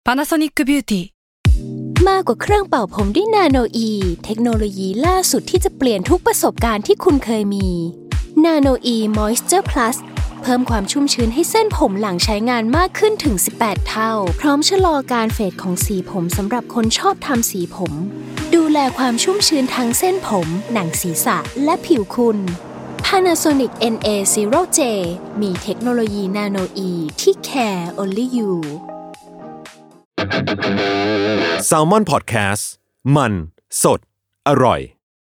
Panasonic Beauty มากกว่าเครื่องเป่าผมด้วยนาโนอีเทคโนโลยีล่าสุดที่จะเปลี่ยนทุกประสบการณ์ที่คุณเคยมีนาโนอีมอยส์เจอร์พลัสเพิ่มความชุ่มชื้นให้เส้นผมหลังใช้งานมากขึ้นถึง18เท่าพร้อมชะลอการเฟดของสีผมสำหรับคนชอบทำสีผมดูแลความชุ่มชื้นทั้งเส้นผมหนังศีรษะและผิวคุณ Panasonic NA0J มีเทคโนโลยีนาโนอีที่ care only you Salmon Podcast มันสดอร่อย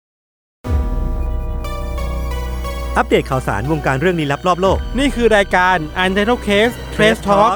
อัปเดตข่าวสารวงการเรื่องลี้ลับรอบโลกนี่คือรายการ Untitled Case Trace Talk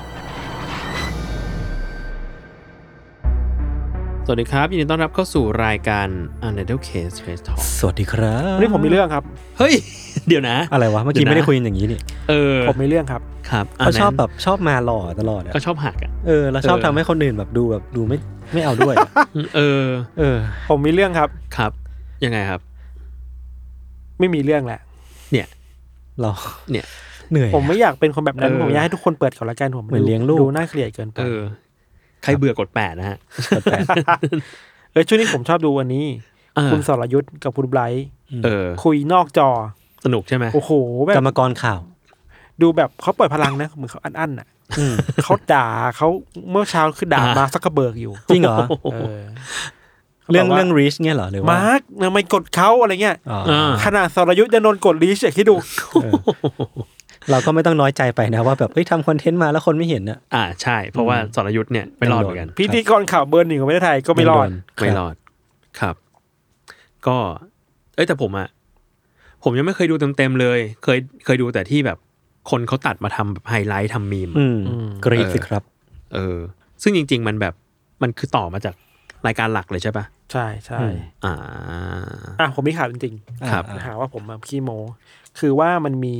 สวัสดีครับยินดีต้อนรับเข้าสู่รายการ Untitled Case Trace Talk สวัสดีครับวันนี้ผมมีเรื่องครับเฮ้ยเดี๋ยวนะอะไรวะเมื่อกี้ไม่ได้คุยอย่างนี้นี่ผมมีเรื่องครับครับเขาชอบแบบชอบมาหล่อตลอดก็ชอบหักแล้วชอบทำให้คนอื่นแบบดูไม่เอาด้วยผมมีเรื่องครับครับยังไงครับไม่มีเรื่องแหละเนี่ยเหนื่อยผมไม่อยากเป็นคนแบบนั้นผมอยากให้ทุกคนเปิดก่อนละกันผมเหมือนเลี้ยงลูกดูน่าเกลียดเกินไปใครเบื่อกด8นะฮะกด8 ช่วงนี้ผมชอบดูอันนี้คุณสรยุทธกับคุณไบรท์คุยนอกจอสนุกใช่ไหมโอ้โหแบบกรรมกรข่าวดูแบบเขาปล่อยพลังนะเหมือนเขาอั้นอ่ะเขาด่าเขาเมื่อเช้าคือด่ามาซักกระเบิกอยู่จริงเหรอเรื่องรีชเนี่ยเหรอหรือว่ามาร์กทำไมกดเขาอะไรเงี้ยขนาดสรยุทธยังโดนกดรีชคิดดูเราก็ไม่ต้องน้อยใจไปนะว่าแบบทำคอนเทนต์มาแล้วคนไม่เห็นอ่ะใช่เพราะว่าสรยุทธเนี่ยไม่รอดเหมือนกันพิธีกรข่าวเบอร์ 1ของประเทศไทยก็ไม่รอดครับก็แต่ผมยังไม่เคยดูเต็มๆเลยเคยดูแต่ที่แบบคนเขาตัดมาทำแบบไฮไลท์ทำมีมกรี๊ดสิครับซึ่งจริงๆมันแบบมันคือต่อมาจากรายการหลักเลยใช่ปะใช่ใช่ผมมีข่าวจริงๆครับหาว่าผมมาขี้โมคือว่ามันมี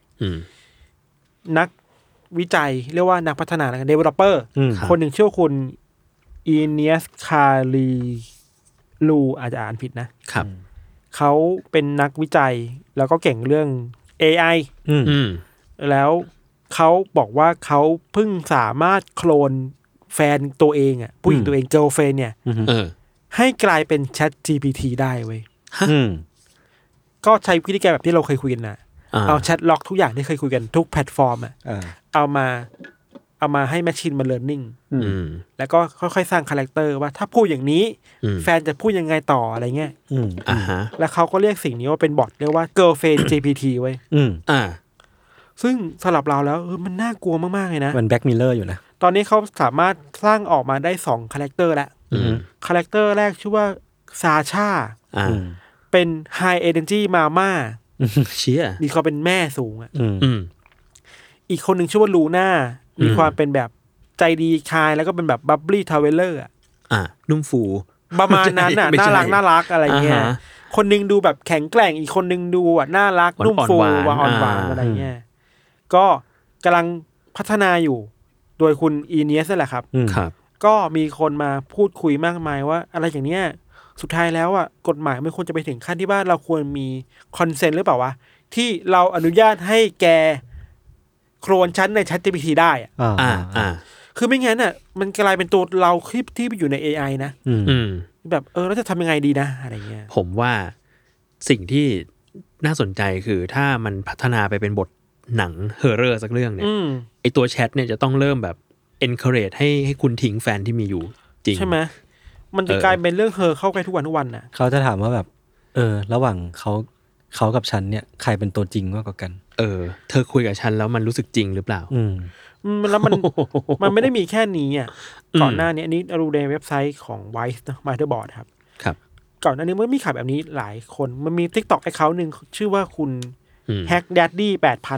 นักวิจัยเรียกว่านักพัฒนาแล้วกัน developer คนหนึ่งชื่อคุณอีเนียสคาลีลูอาจจะอ่านผิดนะครับเขาเป็นนักวิจัยแล้วก็เก่งเรื่อง AI แล้วเขาบอกว่าเขาเพิ่งสามารถโคลนแฟนตัวเองอ่ะผู้หญิงตัวเอง girlfriend เนี่ยให้กลายเป็น Chat GPT ได้เว้ยก็ใช้วิธีการแบบที่เราเคยคุยกันนะเอาแชทล็อกทุกอย่างที่เคยคุยกันทุกแพลตฟอร์มเอามาให้แมชชีนมาเลิร์นนิ่งแล้วก็ค่อยๆสร้างคาแรคเตอร์ว่าถ้าพูดอย่างนี้แฟนจะพูดยังไงต่ออะไรเงี้ยแล้วเขาก็เรียกสิ่งนี้ว่าเป็นบอทเรียกว่า girlfriend GPT ไว้ซึ่งสำหรับเราแล้วมันน่ากลัวมากๆเลยนะมันแบ็คมิลเลอร์อยู่นะตอนนี้เขาสามารถสร้างออกมาได้2คาแรคเตอร์แล้วคาแรคเตอร์แรกชื่อว่าซาชาเป็น high energy mama เชี่ยมีความเป็นแม่สูงอีกคนหนึ่งชื่อว่าลูน่ามีความเป็นแบบใจดีคายแล้วก็เป็นแบบบับบี้ทาวเวลเลอร์นุ่มฟูประมาณนั้นน่ะน่ารักอะไรเงี้ยคนนึงดูแบบแข็งแกร่งอีกคนนึงดูน่ารักนุ่มฟูอ่อนหวานอะไรเงี้ยก็กำลังพัฒนาอยู่โดยคุณอีเนียสนั่นแหละครับก็มีคนมาพูดคุยมากมายว่าอะไรอย่างเนี้ยสุดท้ายแล้วกฎหมายไม่ควรจะไปถึงขั้นที่ว่าเราควรมีคอนเซนต์หรือเปล่าวะที่เราอนุญาตให้แกโคลนชั้นใน ChatGPT ได้คือไม่งั้นมันกลายเป็นตัวเราที่ไปอยู่ใน AI นะแบบแล้วจะทำยังไงดีนะอะไรเงี้ยผมว่าสิ่งที่น่าสนใจคือถ้ามันพัฒนาไปเป็นบทหนังเฮอร์เรอร์สักเรื่องเนี่ยไอตัวแชทเนี่ยจะต้องเริ่มแบบ encourage ให้คุณทิ้งแฟนที่มีอยู่จริงใช่ไหมมันจะกลายเป็นเรื่องเฮอเข้าใกล้ทุกวันน่ะเขาจะถามว่าแบบระหว่างเขากับฉันเนี่ยใครเป็นตัวจริงมากกว่ากันเธอคุยกับฉันแล้วมันรู้สึกจริงหรือเปล่าแล้วมันไม่ได้มีแค่นี้ก่อนหน้านี้อันนี้เราดูในเว็บไซต์ของ Vice นะ Motherboard ครับก่อนหน้านี้มันมีข่าวแบบนี้หลายคนมันมี TikTok account นึงชื่อว่าคุณHack Daddy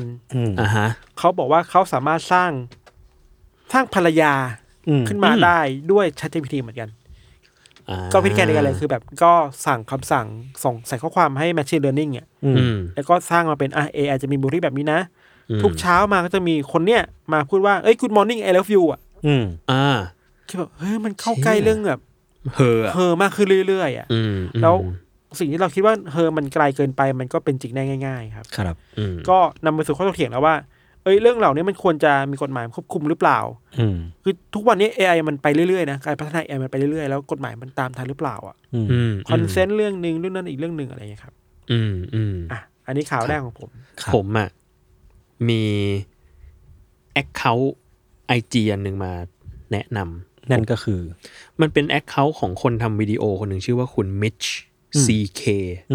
8,000เขาบอกว่าเขาสามารถสร้างภรรยาขึ้นมาได้ด้วย ChatGPT เหมือนกันก็พิธีการเดียวกันเลยคือแบบก็สั่งคำสั่งส่งใส่ข้อความให้ Machine Learning แล้วก็สร้างมาเป็นAI จะมีบุคลิกแบบนี้นะทุกเช้ามาก็จะมีคนเนี้ยมาพูดว่าGood morning I love you คือแบบมันเข้าใกล้เรื่องแบบเฮอมากขึ้นเรื่อยๆแล้วสิ่งที่เราคิดว่ามันไกลเกินไปมันก็เป็นจริงได้ง่ายๆครับก็นำไปสู่ข้อถกเถียงแล้วว่าเรื่องเหล่านี้มันควรจะมีกฎหมายควบคุมหรือเปล่าคือทุกวันนี้ AI มันไปเรื่อยๆนะการพัฒนา AI มันไปเรื่อยๆแล้วกฎหมายมันตามทันหรือเปล่าอ่ะคอนเซนต์เรื่องนึงเรื่องนั้นอีกเรื่องนึงอะไรอย่างเงี้ยครับอันนี้ข่าวแรกของผมอ่ะมีaccount IG อันนึงมาแนะนำนั่นก็คือมันเป็น account ของคนทำวิดีโอคนหนึ่งชื่อว่าคุณ Mitch CK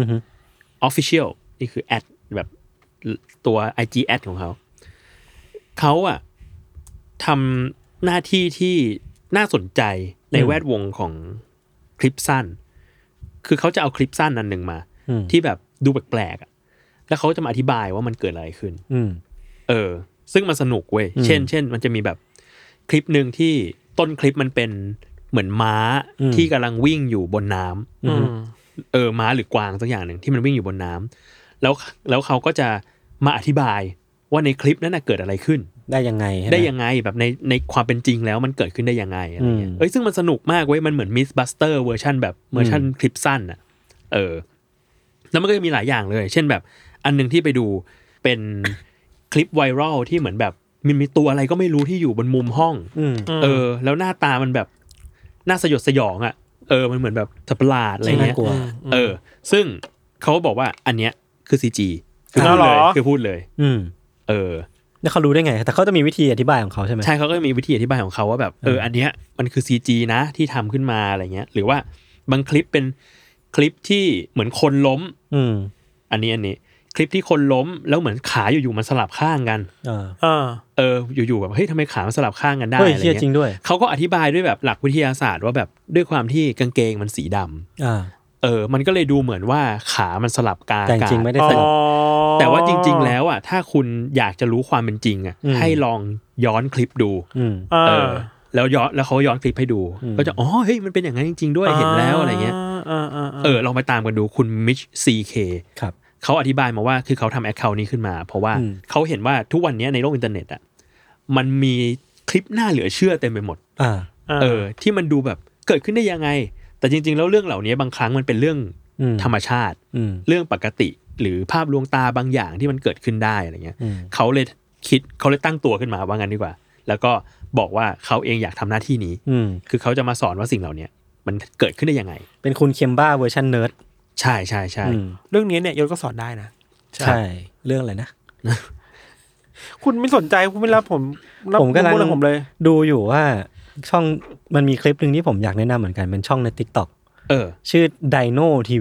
Official นี่คือแอดแบบตัว IG แอดของเขาอะทำหน้าที่ที่น่าสนใจในแวดวงของคลิปสั้นคือเขาจะเอาคลิปสั้นอันหนึ่งมาที่แบบดูแปลกๆแล้วเขาจะมาอธิบายว่ามันเกิดอะไรขึ้นซึ่งมันสนุกเว้ยเช่นมันจะมีแบบคลิปนึงที่ต้นคลิปมันเป็นเหมือนม้าที่กำลังวิ่งอยู่บนน้ำม้าหรือกวางสักอย่างหนึ่งที่มันวิ่งอยู่บนน้ำแล้วเขาก็จะมาอธิบายว่าในคลิปนั้นเกิดอะไรขึ้นได้ยังไงแบบในความเป็นจริงแล้วมันเกิดขึ้นได้ยังไงอะไรเงี้ยซึ่งมันสนุกมากเว้ยมันเหมือน Mythbuster เวอร์ชันแบบเวอร์ชันคลิปสั้นแล้วมันก็จะมีหลายอย่างเลยเช่นแบบอันนึงที่ไปดูเป็นคลิปไวรัลที่เหมือนแบบมีตัวอะไรก็ไม่รู้ที่อยู่บนมุมห้องแล้วหน้าตามันแบบน่าสยดสยองมันเหมือนแบบสัตว์ประหลาดอะไรเงี้ยซึ่งเขาบอกว่าอันเนี้ยคือ CG คือพูดเลยแล้วเขารู้ได้ไงแต่เขาจะมีวิธีอธิบายของเขาใช่ไหมใช่เขาก็มีวิธีอธิบายของเขาว่าแบบอันเนี้ยมันคือ CG นะที่ทำขึ้นมาอะไรเงี้ยหรือว่าบางคลิปเป็นคลิปที่เหมือนคนล้มอันนี้คลิปที่คนล้มแล้วเหมือนขาอยู่ๆมันสลับข้างกันอยู่ๆแบบเฮ้ยทำไมขามันสลับข้างกันได้อะไรเงี้ยจริงด้วยเขาก็อธิบายด้วยแบบหลักวิทยาศาสตร์ว่าแบบด้วยความที่กางเกงมันสีดำมันก็เลยดูเหมือนว่าขามันสลับกันแต่จริงไม่ได้สลับแต่ว่าจริงๆแล้วถ้าคุณอยากจะรู้ความเป็นจริงให้ลองย้อนคลิปดูแล้วเขาย้อนคลิปให้ดูก็จะเฮ้ยมันเป็นอย่างนั้นจริงๆด้วยเห็นแล้วอะไรเงี้ยลองไปตามกันดูคุณ Mitch CK ครับเขาอธิบายมาว่าคือเขาทำแอคเคาท์นี้ขึ้นมาเพราะว่าเขาเห็นว่าทุกวันนี้ในโลกอินเทอร์เน็ตมันมีคลิปน่าเหลือเชื่อเต็มไปหมดที่มันดูแบบเกิดขึ้นได้ยังไงแต่จริงๆแล้วเรื่องเหล่านี้บางครั้งมันเป็นเรื่องธรรมชาติเรื่องปกติหรือภาพลวงตาบางอย่างที่มันเกิดขึ้นได้อะไรเงี้ยเขาเลยตั้งตัวขึ้นมาว่างั้นดีกว่าแล้วก็บอกว่าเขาเองอยากทำหน้าที่นี้คือเขาจะมาสอนว่าสิ่งเหล่านี้มันเกิดขึ้นได้ยังไงเป็นคุณเคมบ้าเวอร์ชันเนิร์ดใช่เรื่องนี้เนี่ยยศก็สอนได้นะใช่เรื่องอะไรนะคุณไม่สนใจคุณไม่รับผมกำลังผมเลยดูอยู่ว่าช่องมันมีคลิปนึงที่ผมอยากแนะนำเหมือนกันเป็นช่องใน TikTok ชื่อ Dino TV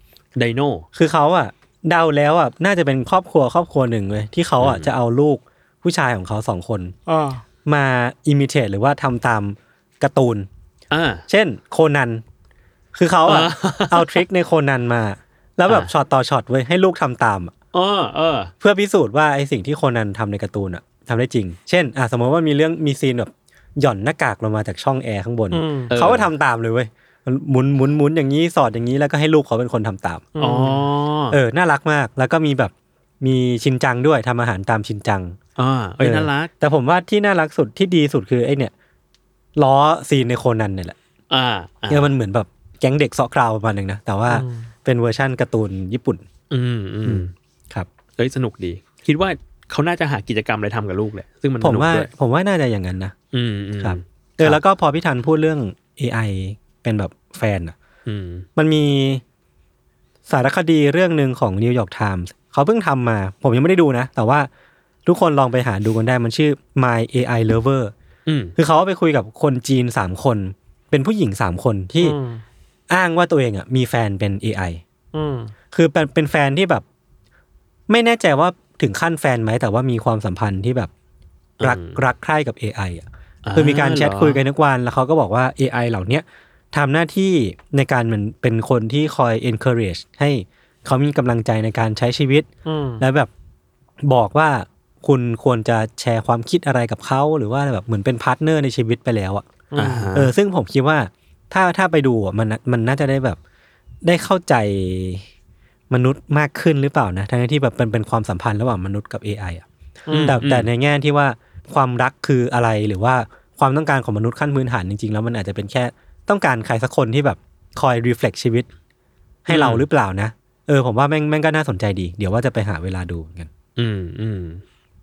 Dino คือเขาเดาแล้วน่าจะเป็นครอบครัวหนึ่งเลยที่เขาจะเอาลูกผู้ชายของเขา2คนมาอิมิเทตหรือว่าทำตามการ์ตูนเช่นโคนันคือเขาเอาทริคในโคนันมาแล้วแบบช็อตต่อช็อตไว้ให้ลูกทำตามเพื่อพิสูจน์ว่าไอ้สิ่งที่โคนันทำในการ์ตูนทำได้จริงเช่นสมมติว่ามีซีนแบบหย่อนหน้ากากลงมาจากช่องแอร์ข้างบนเขาก็ทำตามเลยเว้ยหมุนอย่างนี้สอดอย่างนี้แล้วก็ให้ลูกเขาเป็นคนทำตามน่ารักมากแล้วก็มีแบบมีชินจังด้วยทำอาหารตามชินจังน่ารักแต่ผมว่าที่น่ารักสุดที่ดีสุดคือไอ้เนี่ยล้อซีนในโคนันเนี่ยแหละมันเหมือนแบบแก๊งเด็กเซาะคราวประมาณนึงนะแต่ว่าเป็นเวอร์ชั่นการ์ตูนญี่ปุ่นครับสนุกดีคิดว่าเขาน่าจะหากิจกรรมอะไรทำกับลูกแหละซึ่งมันผมว่าน่าจะอย่างนั้นนะครับแล้วก็พอพี่ธันพูดเรื่อง AI เป็นแบบแฟนมันมีสารคดีเรื่องนึงของ New York Times เขาเพิ่งทำมาผมยังไม่ได้ดูนะแต่ว่าทุกคนลองไปหาดูกันได้มันชื่อ My AI Lover คือเขาไปคุยกับคนจีน3คนเป็นผู้หญิง3คนที่อ้างว่าตัวเองมีแฟนเป็น AI คือเป็นแฟนที่แบบไม่แน่ใจว่าถึงขั้นแฟนไหมแต่ว่ามีความสัมพันธ์ที่แบบรักใคร่กับ AI คือมีการแชทคุยกันทุกวันแล้วเขาก็บอกว่า AI เหล่านี้ทำหน้าที่ในการมันเป็นคนที่คอย encourage ให้เขามีกำลังใจในการใช้ชีวิตและแบบบอกว่าคุณควรจะแชร์ความคิดอะไรกับเขาหรือว่าแบบเหมือนเป็นพาร์ทเนอร์ในชีวิตไปแล้วซึ่งผมคิดว่าถ้าไปดูมันน่าจะได้แบบได้เข้าใจมนุษย์มากขึ้นหรือเปล่านะทั้งที่แบบเป็นความสัมพันธ์ระหว่างมนุษย์กับ AI แต่ในแง่ที่ว่าความรักคืออะไรหรือว่าความต้องการของมนุษย์ขั้นพื้นฐานจริงๆแล้วมันอาจจะเป็นแค่ต้องการใครสักคนที่แบบคอยรีเฟล็กชีวิตให้เราหรือเปล่านะผมว่าแม่งก็น่าสนใจดีเดี๋ยวว่าจะไปหาเวลาดูกัน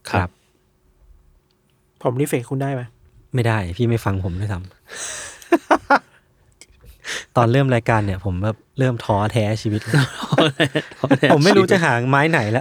ครับผมรีเฟกคุณได้ไหมไม่ได้พี่ไม่ฟังผมด้วยซ้ำ ตอนเริ่มรายการเนี่ยผมแบบเริ่มท้อแท้ชีวิต ผมไม่รู้จะหาไม้ไหนละ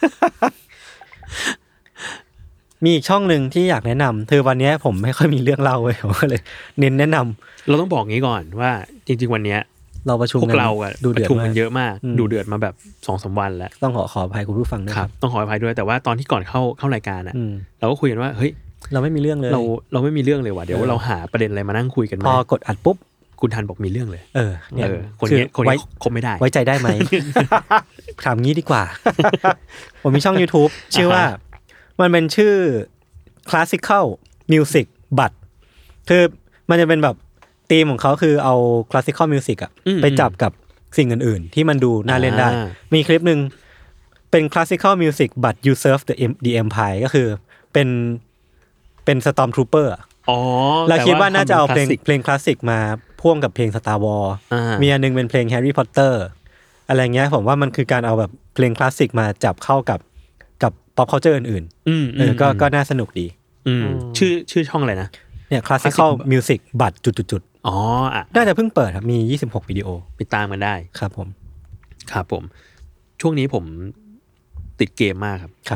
มีอีกช่องหนึ่งที่อยากแนะนำคือวันนี้ผมไม่ค่อยมีเรื่องเล่าเลยผมก็เลยเน้นแนะนำเราต้องบอกงี้ก่อนว่าจริงๆวันนี้เราประชุมกันพวกเราอะประชุมกันเยอะมากดูเดือดมาแบบ 2-3 วันแล้วต้องขออภัยคุณผู้ฟังด้วยครับต้องขออภัยด้วยแต่ว่าตอนที่ก่อนเข้ารายการอะเราก็คุยกันว่าเฮ้ยเราไม่มีเรื่องเลยเราไม่มีเรื่องเลยว่ะเดี๋ยวเราหาประเด็นอะไรมานั่งคุยกันพอกดอัดปุ๊บคุณทันบอกมีเรื่องเลยเนี่ยคนนี้คบไม่ได้ไว้ใจได้ไหม ถามงี้ดีกว่า ผมมีช่อง YouTube ชื่อว่ามันเป็นชื่อ Classical Music บัตคือมันจะเป็นแบบธีมของเขาคือเอา Classical Music อ่ะไปจับกับสิ่งอื่นๆที่มันดูน่าเล่นได้มีคลิปนึงเป็น Classical Music but you serve the Empire ก็คือเป็น Stormtrooper อ่ะแล้วคิดว่าน่าจะเอาเพลงคลาสสิกมาพ่วงกับเพลง Star Wars มีอันนึงเป็นเพลง Harry Potter อะไรเงี้ยผมว่ามันคือการเอาแบบเพลงคลาสสิกมาจับเข้ากับ pop culture อื่นๆก็น่าสนุกดีชื่อช่องอะไรนะเนี่ย Classical Music บัตรจุดๆอ๋อน่าจะเพิ่งเปิดครับมี26วิดีโอไปตามกันได้ครับผมช่วงนี้ผมติดเกมมากครับ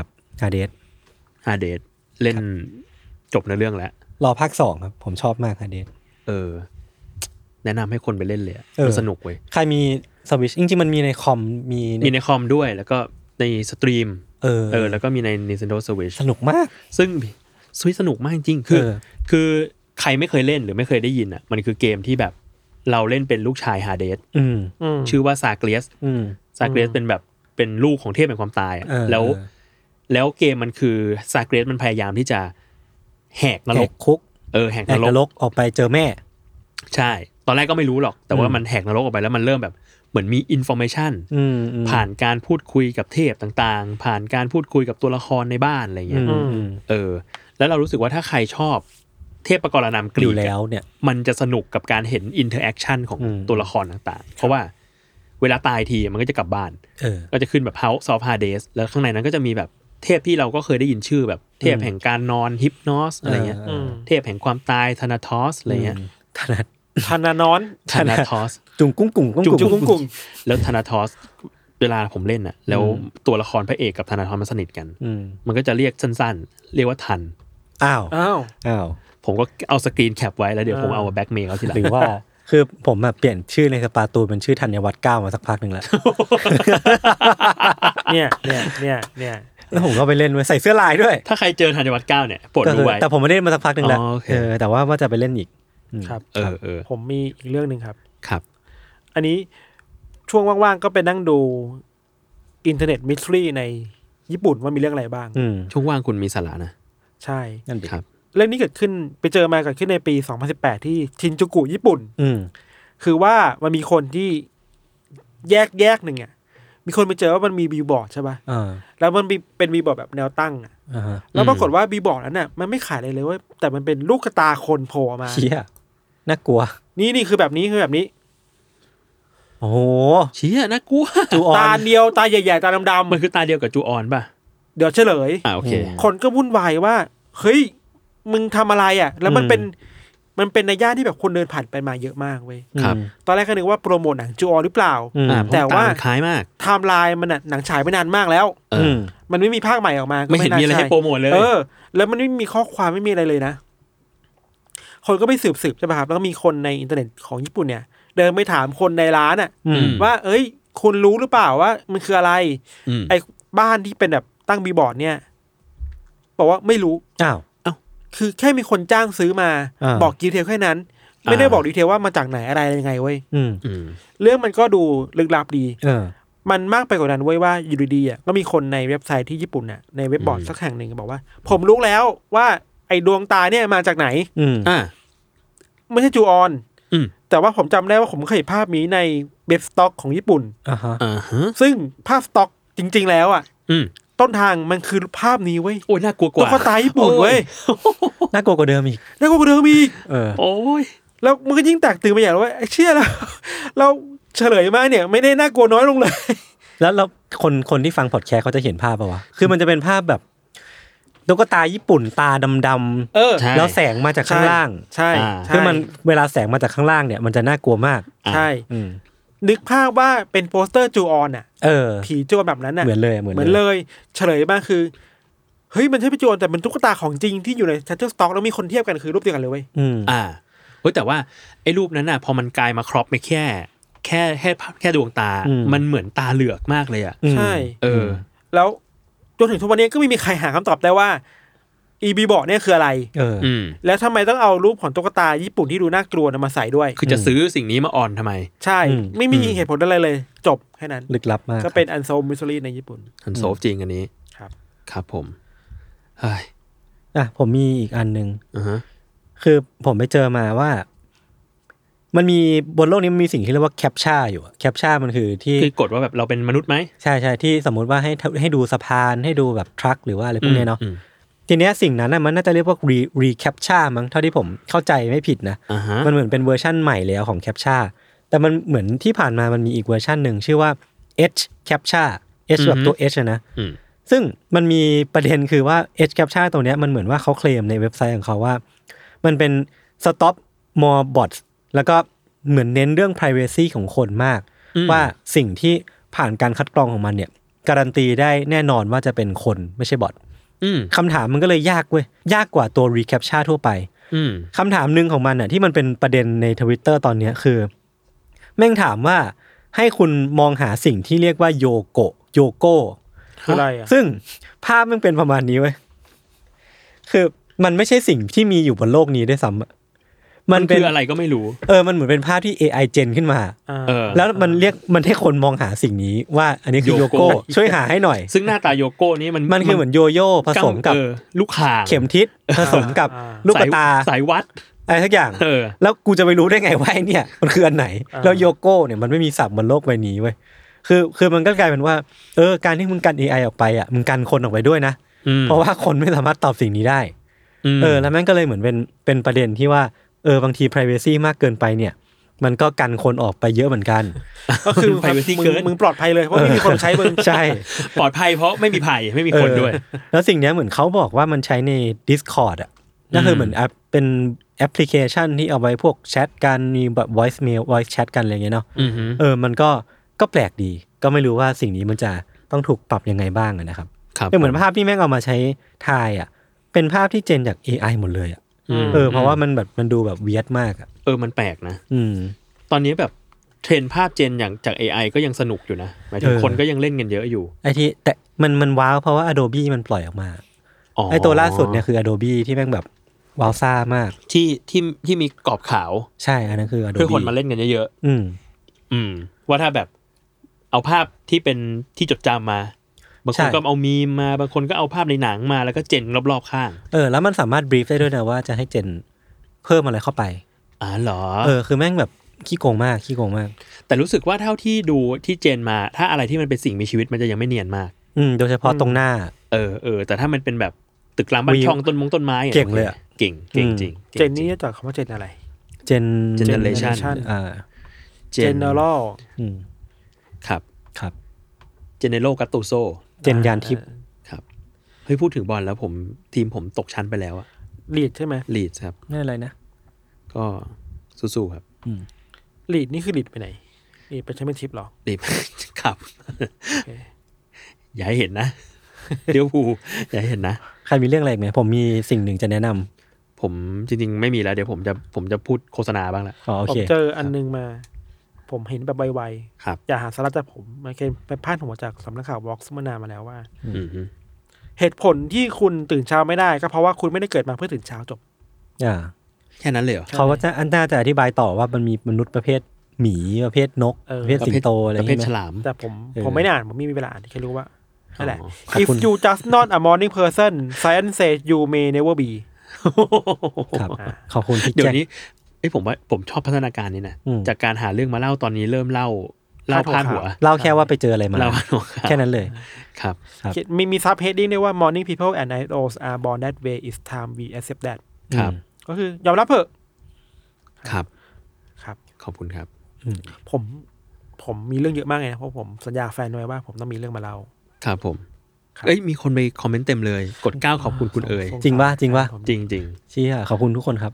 Hades เล่นจบในเรื่องแล้วรอภาค2ครับผมชอบมาก Hades แนะนำให้คนไปเล่นเลยสนุกเว้ยใครมีสวิชจริงๆมันมีในคอมมีในคอมด้วยแล้วก็ในสตรีมแล้วก็มีใน Nintendo Switch สนุกมากซึ่งสวิชสนุกมากจริงคือใครไม่เคยเล่นหรือไม่เคยได้ยินอ่ะมันคือเกมที่แบบเราเล่นเป็นลูกชายฮาเดสชื่อว่าซาเกลียสเป็นแบบเป็นลูกของเทพแห่งความตายแล้วเกมมันคือซาเกลียสมันพยายามที่จะแหกนรกคุกแหกนรกออกไปเจอแม่ใช่ตอนแรกก็ไม่รู้หรอกแต่ว่ามันแหกนรกออกไปแล้วมันเริ่มแบบเหมือนมีอินฟอร์เมชันผ่านการพูดคุยกับเทพต่างๆผ่านการพูดคุยกับตัวละครในบ้านอะไรเงี้ยแล้วเรารู้สึกว่าถ้าใครชอบเทพกรณำกรีกแล้วเนี่ยมันจะสนุกกับการเห็นอินเทอร์แอคชั่นของตัวละครต่างๆเพราะว่าเวลาตายทีมันก็จะกลับบ้านก็จะขึ้นแบบ House of Hades แล้วข้างในนั้นก็จะมีแบบเทพที่เราก็เคยได้ยินชื่อแบบเทพแห่งการนอนฮิปโนสอะไรเงี้ยเทพแห่งความตายธนาทอสอะไรเงี้ยธนานอนธนาทอสจุงกุ้งกุ่งแล้วธนาทอสเวลาผมเล่นน่ะแล้วตัวละครพระเอกกับธนาทอสมันสนิทกันมันก็จะเรียกสั้นๆเรียกว่าทันอ้าวผมก็เอาสกรีนแคปไว้แล้วเดี๋ยวผมเอามาแบ็คเมลเขาทีหลังหรือว่าคือผมเปลี่ยนชื่อในสปาตูนเป็นชื่อธัญวัฒน์9มาสักพักนึงแล้วเนี่ยแล้วผมก็ไปเล่นไว้ใส่เสื้อลายด้วยถ้าใครเจอธัญวัฒน์9เนี่ยโปรดดูไว้แต่ผมไม่ได้มาสักพักนึงแล้วแต่ว่าจะไปเล่นอีกครับผมมีอีกเรื่องนึงครับอันนี้ช่วงว่างๆก็ไปนั่งดูอินเทอร์เน็ตมิสทรีในญี่ปุ่นว่ามีเรื่องอะไรบ้างช่วงว่างคุณมีสาระนะใช่นั่นดีครับเรื่องนี้เกิดขึ้นไปเจอมาเกิดขึ้นในปี2018ที่ชินจูกุญี่ปุ่นคือว่ามันมีคนที่แยกหนึ่งอ่ะมีคนไปเจอว่ามันมีบิลบอร์ดใช่ป่ะแล้วมันเป็นบิลบอร์ดแบบแนวตั้งอ่ะแล้วปรากฏว่าบิลบอร์ดนั้นน่ะมันไม่ขายอะไรเลยเว้ยแต่มันเป็นลูกตาคนโผล่มาเชี่ยน่ากลัวนี่คือแบบนี้โอ้โหเชี่ยน่ากลัวตาเดียวตาใหญ่ๆตาดำๆมันคือตาเดียวกับจูออนป่ะเดี๋ยวเฉลยโอเคคนก็วุ่นวายว่าเฮ้ยมึงทำอะไรอ่ะแล้วมันเป็นในย่านที่แบบคนเดินผ่านไปมาเยอะมากเว้ยตอนแรกก็นึกว่าโปรโมทหนังจูออนหรือเปล่าแต่ว่าคล้ายมากไทม์ไลน์มันหนังฉายไปนานมากแล้วมันไม่มีภาคใหม่ออกมาไม่เห็นมีอะไรให้โปรโมทเลยแล้วมันไม่มีข้อความไม่มีอะไรเลยนะคนก็ไปสืบใช่ป่ะครับแล้วก็มีคนในอินเทอร์เน็ตของญี่ปุ่นเนี่ยเดินไปถามคนในร้านอ่ะว่าเอ้ยคุณรู้หรือเปล่าว่ามันคืออะไรไอ้บ้านที่เป็นแบบตั้งบิลบอร์ดเนี่ยบอกว่าไม่รู้คือแค่มีคนจ้างซื้อมาบอกดีเทลแค่นั้นไม่ได้บอกดีเทลว่ามาจากไหนอะไรยังไงเว้ยเรื่องมันก็ดูลึกลับดีมันมากไปกว่านั้นเว้ยว่าอยู่ดีๆอ่ะก็มีคนในเว็บไซต์ที่ญี่ปุ่นน่ะในเว็บบอร์ดสักแห่งหนึ่งบอกว่าผมรู้แล้วว่าไอ้ดวงตาเนี่ยมาจากไหนไม่ใช่จูออนแต่ว่าผมจำได้ว่าผมเคยเห็นภาพนี้ในเว็บสต็อกของญี่ปุ่นซึ่งภาพสต็อกจริงๆแล้วอ่ะต้นทางมันคือภาพนี้เว้ยโอ้ยน่ากลัวกว่าตุ๊กตาญี่ปุ่นเว้ยน่ากลัวกว่าเดิมอีกโอ้ยแล้วมันก็ยิ่งแตกตื่นไปอย่างว่าเชื่อแล้วเราเฉลยมาเนี่ยไม่ได้น่ากลัวน้อยลงเลยแล้วคนที่ฟังพอดแคสต์เขาจะเห็นภาพป่ะวะคือมันจะเป็นภาพแบบตุ๊กตาญี่ปุ่นตาดำๆแล้วแสงมาจากข้างล่างใช่คือมันเวลาแสงมาจากข้างล่างเนี่ยมันจะน่ากลัวมากใช่นึกภาพว่าเป็นโปสเตอร์จูออนอ่ะผีจูออนแบบนั้นอ่ะเหมือนเลยเฉลยมากคือเฮ้ยมันใช่เป็นจูออนแต่เป็นตุ๊กตาของจริงที่อยู่ใน Shutterstock แล้วมีคนเทียบกันคือรูปเดียวกันเลยเว้ยแต่ว่าไอ้รูปนั้นน่ะพอมันกลายมาครอปไปแค่ดวงตามันเหมือนตาเหลือกมากเลยอ่ะใช่แล้วจนถึงทุกวันนี้ก็ไม่มีใครหาคำตอบได้ว่าอีบีบอกเนี่ยคืออะไรแล้วทำไมต้องเอารูปของตุ๊กตาญี่ปุ่นที่ดูน่ากลัวมาใส่ด้วยคือจะซื้อสิ่งนี้มาออนทำไมใช่ไม่มีเหตุผลอะไรเลยจบแค่นั้นลึกลับมากก็เป็นอันโซลมิสซิลี่ในญี่ปุ่นอันโซลจริงอันนี้ครับผมผมมีอีกอันนึงคือผมไปเจอมาว่ามันมีบนโลกนี้มันมีสิ่งที่เรียกว่าแคปชั่นอยู่แคปชั่นมันคือที่กดว่าแบบเราเป็นมนุษย์ไหมใช่ที่สมมุติว่าให้ดูสะพานให้ดูแบบทรัคหรือว่าอะไรพวกนี้เนาะทีเนี้ยสิ่งนั้นน่ะมันน่าจะเรียกว่ารีแคปชั่นมั้งเท่าที่ผมเข้าใจไม่ผิดนะมันเหมือนเป็นเวอร์ชั่นใหม่แล้วของแคปชั่นแต่มันเหมือนที่ผ่านมามันมีอีกเวอร์ชั่นนึงชื่อว่า H captcha H แบบตัว H นะซึ่งมันมีประเด็นคือว่า H captcha ตัวเนี้ยมันเหมือนว่าเขาเคลมในเว็บไซต์ของเขาว่ามันเป็น stop more bots แล้วก็เหมือนเน้นเรื่อง privacy ของคนมากว่าสิ่งที่ผ่านการคัดกรองของมันเนี่ยการันตีได้แน่นอนว่าจะเป็นคนไม่ใช่บอทคำถามมันก็เลยยากเว้ยยากกว่าตัว recaptcha ทั่วไปคำถามนึงของมันน่ะที่มันเป็นประเด็นใน Twitter ตอนนี้คือแม่งถามว่าให้คุณมองหาสิ่งที่เรียกว่าโยโก้คืออะไรอ่ะซึ่งภาพมันเป็นประมาณนี้เว้ยคือมันไม่ใช่สิ่งที่มีอยู่บนโลกนี้ด้วยซ้ำมันคืออะไรก็ไม่รู้มันเหมือนเป็นภาพที่ AI เจนขึ้นมาแล้วมันให้คนมองหาสิ่งนี้ว่าอันนี้คือโยโก้ช่วยหาให้หน่อยซึ่งหน้าตาโยโก้นี้มันคือเหมือนโยโย่ผสมกับลูกข่างเข็มทิศผสมกับลูกตาสายวัดอะไรทุกอย่างแล้วกูจะไปรู้ได้ไงว่าเนี่ยมันคืออันไหนแล้วโยโก้เนี่ยมันไม่มีศัพท์บนโลกใบนี้เว้ยคือมันก็กลายเป็นว่าการที่มึงกัน AI ออกไปอ่ะมึงกันคนออกไปด้วยนะเพราะว่าคนไม่สามารถตอบสิ่งนี้ได้แล้วมันก็เลยเหมือนเป็นประเด็นที่ว่าบางที privacy มากเกินไปเนี่ยมันก็กันคนออกไปเยอะเหมือนกันก็คือ privacy เกินมึงปลอดภัยเลยเพราะไม่มีคนใช้มึงใช่ปลอดภัยเพราะไม่มีภัยไม่มีคนด้วยแล้วสิ่งนี้เหมือนเขาบอกว่ามันใช้ใน Discord อ่ะก็คือเหมือนเป็นแอปพลิเคชันที่เอาไว้พวกแชทกันมีแบบ voice chat กันอะไรอย่างเงี้ยเนาะมันก็แปลกดีก็ไม่รู้ว่าสิ่งนี้มันจะต้องถูกปรับยังไงบ้างนะครับเหมือนภาพที่แม่งเอามาใช้ทายอ่ะเป็นภาพที่เจนจาก AI หมดเลยอ่ะเพราะว่ามันแบบมันดูแบบเวียดมากอ่ะมันแปลกนะตอนนี้แบบเทรนภาพเจนอย่างจาก AI ก็ยังสนุกอยู่นะหมายถึงคนก็ยังเล่นกันเยอะอยู่ไอ้ที่แต่มันว้าวเพราะว่า Adobe มันปล่อยออกมาไอ้ตัวล่าสุดเนี่ยคือ Adobe ที่แม่งแบบว้าวซ่ามากที่มีกรอบขาวใช่อันนั้นคือ Adobe เพื่อคนมาเล่นกันเยอะๆว่าถ้าแบบเอาภาพที่เป็นที่จดจำมาบางคนก็เอามีมมาบางคนก็เอาภาพในหนังมาแล้วก็เจนรอบๆข้างแล้วมันสามารถบรีฟได้ด้วยนะว่าจะให้เจนเพิ่มอะไรเข้าไปเหรอคือแม่งแบบขี้โกงมากแต่รู้สึกว่าเท่าที่ดูที่เจนมาถ้าอะไรที่มันเป็นสิ่งมีชีวิตมันจะยังไม่เนียนมากโดยเฉพาะตรงหน้าแต่ถ้ามันเป็นแบบตึกรามบ้านช่องต้นไม้เก่งเลยเก่งจริงเจนนี้จากคำว่าเจนอะไร generation general ครับครับ general gattuso เจนยานทิพย์ครับเฮ้ยพูดถึงบอลแล้วทีมผมตกชั้นไปแล้วอะลีดใช่ไหมลีดครับนี่อะไรนะก็สู้ๆครับลีดนี่คือลีดไปไหนลีดไปแชมเปี้ยนชิพหรอลีดครับอย่าให้เห็นนะเดี๋ยวอย่าให้เห็นนะใครมีเรื่องอะไรไหมผมมีสิ่งหนึ่งจะแนะนำผมจริงๆไม่มีแล้วเดี๋ยวผมจะพูดโฆษณาบ้างละผมเจออันนึงมาผมเห็นแบบไวๆอย่าหาสาระจากผมมันเป็นพาดหัวจากสำนักข่าว Vox เมื่อนานมาแล้วว่าเหตุผลที่คุณตื่นเช้าไม่ได้ก็เพราะว่าคุณไม่ได้เกิดมาเพื่อตื่นเช้าจบแค่นั้นเลยเหรอเขาก็จะน่าจะอธิบายต่อว่ามันมีมนุษย์ประเภทหมีประเภทนกประเภทสิงโตอะไรประเภทฉลามแต่ผมไม่อ่านผมไม่มีเวลาอ่านแค่รู้ว่านั่นแหละ if you just not a morning person science says you may never be ครับขอบคุณที่เดี๋ยวนี้ผมชอบพัฒนาการนี้นะจากการหาเรื่องมาเล่าตอนนี้เริ่มเล่าพาดหัวเล่าแค่ว่าไปเจออะไรมาแค่นั้นเลยครับมีซับเฮดดิ้งด้วยว่า morning people and night owls are born that way it's time we accept that ครับก็คือยอมรับเถอะครับขอบคุณครับผมมีเรื่องเยอะมากเลยนะเพราะผมสัญญาแฟนไว้ว่าผมต้องมีเรื่องมาเล่าครับผมมีคนไปคอมเมนต์เต็มเลยกด9ขอบคุณคุณเอ๋ยจริงป่ะจริงป่ะจริงๆเชี่ยขอบคุณทุกคนครับ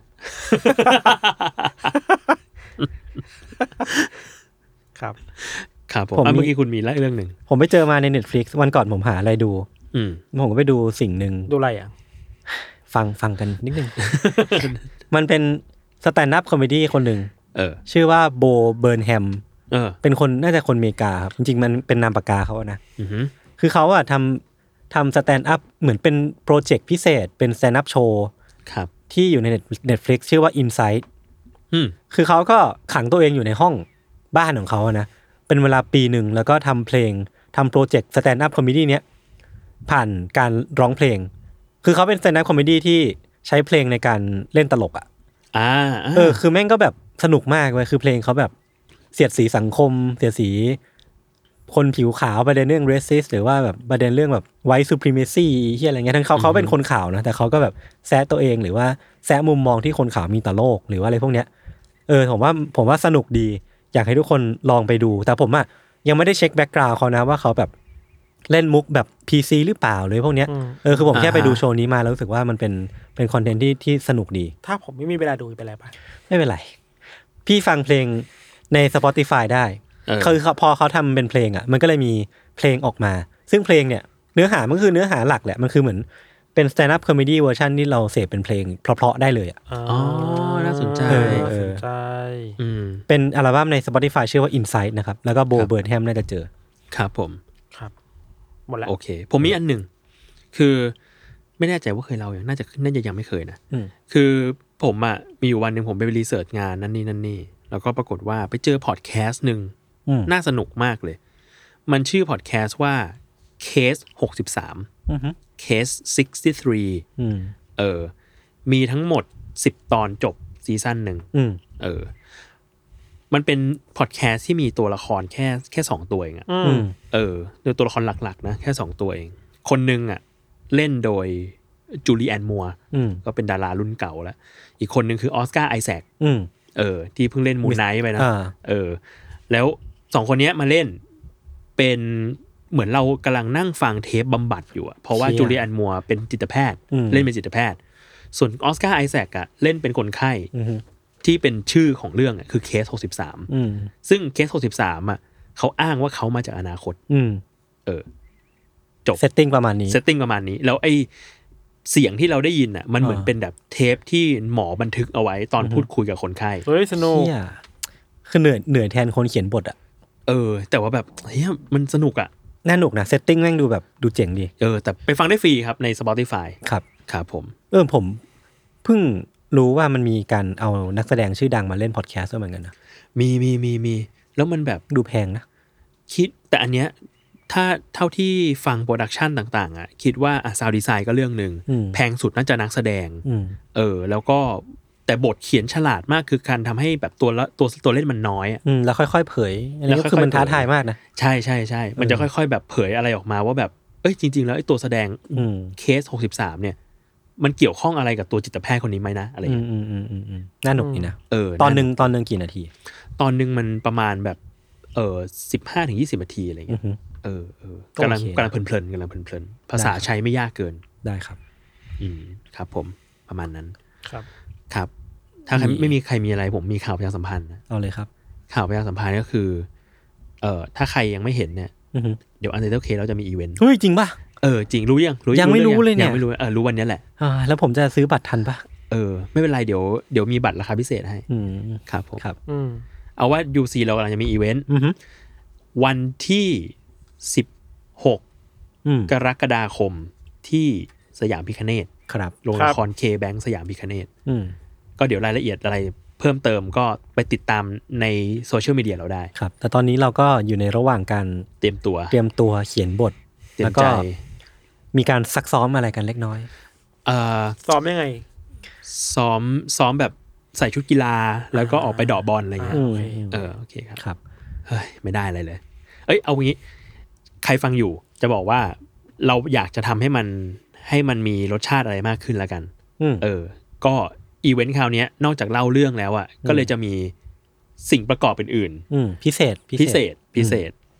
ครับผมเมื่อกี้คุณมีเรื่องนึงผมไปเจอมาใน Netflix วันก่อนผมหาอะไรดูผมก็ไปดูสิ่งนึงดูอะไรอ่ะฟังกันนิดนึง มันเป็นสแตนด์อัพคอมเมดี้คนนึงชื่อว่าโบเบิร์นแฮมเป็นคนน่าจะคนอเมริกาครับจริงๆมันเป็นนามปากกาเขานะคือเขาอะทำสแตนด์อัพเหมือนเป็นโปรเจกต์พิเศษเป็นสแตนด์อัพโชว์ที่อยู่ใน Netflix ชื่อว่า Inside คือเขาก็ขังตัวเองอยู่ในห้องบ้านของเขานะเป็นเวลาปีนึงแล้วก็ทำเพลงทำโปรเจกต์สแตนด์อัพคอมเมดี้เนี้ยผ่านการร้องเพลงคือเขาเป็นสแตนด์อัพคอมเมดี้ที่ใช้เพลงในการเล่นตลกอ่ะคือแม่งก็แบบสนุกมากเลยคือเพลงเขาแบบเสียดสีสังคมเสียดสีคนผิวขาวประเด็นเรื่อง racist หรือว่าแบบประเด็นเรื่องแบบ white supremacy ที่อะไรเงี้ยทั้งเขาเป็นคนขาวนะแต่เขาก็แบบแซะตัวเองหรือว่าแซะมุมมองที่คนขาวมีต่อโลกหรือว่าอะไรพวกเนี้ยผมว่าสนุกดีอยากให้ทุกคนลองไปดูแต่ผมอ่ะยังไม่ได้เช็คแบ็คกราวด์เขานะว่าเขาแบบเล่นมุกแบบ PC หรือเปล่าเลยพวกเนี้ยคือผมแค่ไปดูโชว์นี้มาแล้วรู้สึกว่ามันเป็นคอนเทนต์ที่สนุกดีถ้าผมไม่มีเวลาดูเป็นไรป่ะไม่เป็นไรพี่ฟังเพลงใน Spotify ได้คือพอเขาทำเป็นเพลงอ่ะมันก็เลยมีเพลงออกมาซึ่งเพลงเนี่ยเนื้อหามันคือเนื้อหาหลักแหละมันคือเหมือนเป็น stand up comedy เวอร์ชันที่เราเสพเป็นเพลงเพราะๆได้เลยอ่ะน่าสนใจเป็นอัลบั้มใน Spotify ชื่อว่า Inside นะครับแล้วก็โบเบิร์นแฮมน่าจะเจอครับผมครับหมดแล้วโอเคผมมีอันหนึ่งคือไม่แน่ใจว่าเคยเล่าอย่างน่าจะยังไม่เคยนะคือผมอ่ะมีอยู่วันนึงผมไปรีเสิร์ชงานนั่นนี่แล้วก็ปรากฏว่าไปเจอพอดแคสต์นึงน่าสนุกมากเลยมันชื่อพอดแคสต์ว่า Case 63 Case 63มีทั้งหมด10ตอนจบซีซั่นนึงมันเป็นพอดแคสต์ที่มีตัวละครแค่2ตัวเองอ่ะโดยตัวละครหลักๆนะแค่2ตัวเองคนนึงอ่ะเล่นโดยจูลีแอนมัวร์ก็เป็นดารารุ่นเก่าแล้วอีกคนนึงคือออสการ์ไอแซคที่เพิ่งเล่นมูนไนท์ไปนะแล้ว2คนนี้มาเล่นเป็นเหมือนเรากำลังนั่งฟังเทปบำบัดอยู่เพราะว่าจูเลียนมัวเป็นจิตแพทย์เล่นเป็นจิตแพทย์ส่วนออสการ์ไอแซคอะเล่นเป็นคนไข้ที่เป็นชื่อของเรื่องอะคือเคส63ซึ่งเคส63อะเขาอ้างว่าเขามาจากอนาคตจบเซตติ้งประมาณนี้แล้วไอเสียงที่เราได้ยินอ่ะมันเหมือนเป็นแบบเทปที่หมอบันทึกเอาไว้ตอนพูดคุยกับคนไข้สนุกคือเหนื่อยแทนคนเขียนบทอ่ะแต่ว่าแบบเฮ้ยมันสนุกอ่ะน่าหนุกนะเซตติ้งแม่งดูแบบดูเจ๋งดีแต่ไปฟังได้ฟรีครับใน Spotify ครับผมผมเพิ่งรู้ว่ามันมีการเอานักแสดงชื่อดังมาเล่นพอดแคสต์ด้วยเหมือนกันนะมีแล้วมันแบบดูแพงนะคิดแต่อันเนี้ยถ้าเท่าที่ฟังโปรดักชันต่างๆอ่ะคิดว่าซาวด์ดีไซน์ก็เรื่องนึงแพงสุดน่าจะนักแสดงแล้วก็แต่บทเขียนฉลาดมากคือการทำให้แบบตัวเล่นมันน้อยแล้วค่อยๆเผยอันนี้ก็คือมันท้าทายมากนะใช่มันจะค่อยๆแบบเผยอะไรออกมาว่าแบบจริงๆแล้วไอ้ตัวแสดงเคส63เนี่ยมันเกี่ยวข้องอะไรกับตัวจิตแพทย์คนนี้ไหมนะอะไรน่าหนุกดีนะตอนนึงกี่นาทีตอนนึงมันประมาณแบบ15-20 นาทีอะไรเงี้ยกำลังเพลินภาษาใช้ไม่ยากเกินได้ครับครับผมประมาณนั้นครับถ้าไม่มีใครมีอะไรผมมีข่าวประชาสัมพันธ์นะเอาเลยครับข่าวประชาสัมพันธ์ก็คือถ้าใครยังไม่เห็นเนี่ยเดี๋ยวUntitled Caseเราจะมีอีเวนต์เฮ้ยจริงป่ะจริงรู้ยังไม่รู้เลยเนี่ยยังไม่รู้รู้วันนี้แหละแล้วผมจะซื้อบัตรทันป่ะไม่เป็นไรเดี๋ยวมีบัตรราคาพิเศษให้ครับผมครับเอาว่า UC เรากำลังจะมีอีเวนต์วันที่16กรกฎาคมที่สยามพิคเนตครับโรงละคร K-Bank สยามพิคเนตก็เดี๋ยวรายละเอียดอะไรเพิ่มเติมก็ไปติดตามในโซเชียลมีเดียเราได้ครับแต่ตอนนี้เราก็อยู่ในระหว่างการเตรียมตัวเขียนบทแล้วก็มีการซักซ้อมอะไรกันเล็กน้อยซ้อมยังไงซ้อมแบบใส่ชุดกีฬาแล้วก็ออกไปเดาะบอลอะไรเงี้ยโอเคครับเฮ้ยไม่ได้อะไรเลยเอางี้ใครฟังอยู่จะบอกว่าเราอยากจะทำให้มันมีรสชาติอะไรมากขึ้นละกันก็อีเวนต์คราวนี้นอกจากเล่าเรื่องแล้วอ่ะก็เลยจะมีสิ่งประกอบอื่นพิเศษ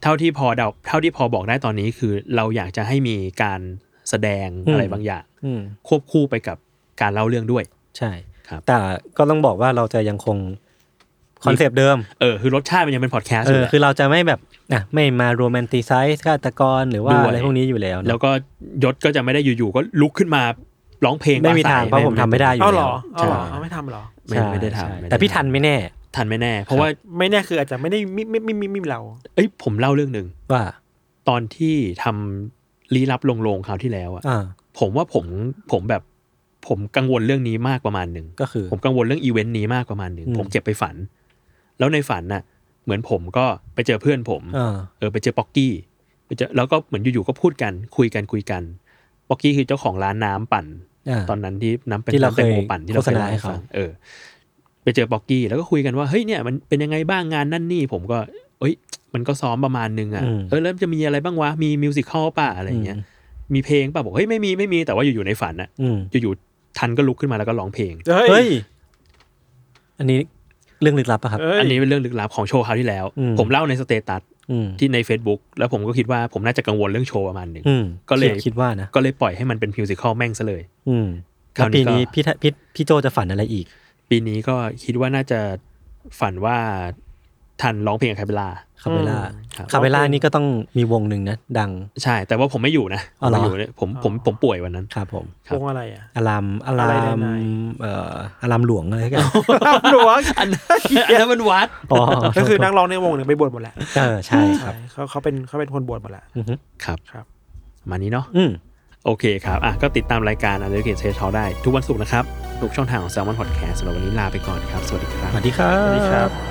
เท่าที่พอบอกได้ตอนนี้คือเราอยากจะให้มีการแสดงอะไรบางอย่างควบคู่ไปกับการเล่าเรื่องด้วยใช่ครับแต่ก็ต้องบอกว่าเราจะยังคงคอนเซปต์เดิมคือรสชาติมันยังเป็นพอดแคสต์อยู่คือเราจะไม่แบบไม่มาโรแมนติไซส์ฆาตกรหรือว่าอะไรพวกนี้อยู่แล้วแล้วก็ยศก็จะไม่ได้อยู่ๆก็ลุกขึ้นมาร้องเพลงไม่มีทางเพราะผมทำไม่ได้อยู่แล้วไม่ทำหรอไม่ได้ทำแต่พี่ทันไม่แน่เพราะว่าไม่แน่คืออาจจะไม่ได้ไม่เราผมเล่าเรื่องนึงว่าตอนที่ทำลี้ลับลงคราวที่แล้วผมว่าผมแบบผมกังวลเรื่องนี้มากประมาณนึงก็คือผมกังวลเรื่องอีเวนต์นี้มากประมาณนึงผมเก็บไปฝันแล้วในฝันน่ะเหมือนผมก็ไปเจอเพื่อนผมไปเจอป๊อกกี้ไปเจอแล้วก็เหมือนอยู่ๆก็พูดกันคุยกันป๊อกกี้คือเจ้าของร้านน้ำปั่นตอนนั้นที่น้ำเป็นน้ำแตงโมปั่นที่เราเคยให้ฟังไปเจอป๊อกกี้แล้วก็คุยกันว่าเฮ้ยเนี่ยมันเป็นยังไงบ้างงานนั่นนี่ผมก็มันก็ซ้อมประมาณนึงแล้วจะมีอะไรบ้างวะมีมิวสิคอลป่ะอะไรเงี้ยมีเพลงป่ะบอกเฮ้ยไม่มีแต่ว่าอยู่ในฝันน่ะอยู่ๆทันก็ลุกขึ้นมาแล้วก็ร้องเพลงเฮ้ยอันนี้เรื่องลึกลับป่ะครับอันนี้เป็นเรื่องลึกลับของโชว์คราวที่แล้วผมเล่าในสเตตัสที่ใน Facebook แล้วผมก็คิดว่าผมน่าจะกังวลเรื่องโชว์ประมาณนึงก็เลยคิดว่านะก็เลยปล่อยให้มันเป็นมิวสิคอลแม่งซะเลยแล้วปีนี้พี่โจจะฝันอะไรอีกปีนี้ก็คิดว่าน่าจะฝันว่าทันร้องเพลงคาเบล่านี่ก็ต้องมีวงนึงนะดังใช่แต่ว่าผมไม่อยู่นะผมป่วยวันนั้นครับผมวงอะไรอ่ะอารามหลวงอะไรกันหลวงอันนั้นมันวัดก็คือนักร้องในวงเนี่ยไปบวชหมดแล้วใช่ครับเขาเป็นคนบวชหมดแล้วครับมานี้เนาะโอเคครับก็ติดตามรายการ Underrated Tech Talk ได้ทุกวันศุกร์นะครับทุกช่องทางของ Salmon Podcast สำหรับวันนี้ลาไปก่อนครับสวัสดีครับสวัสดีครับ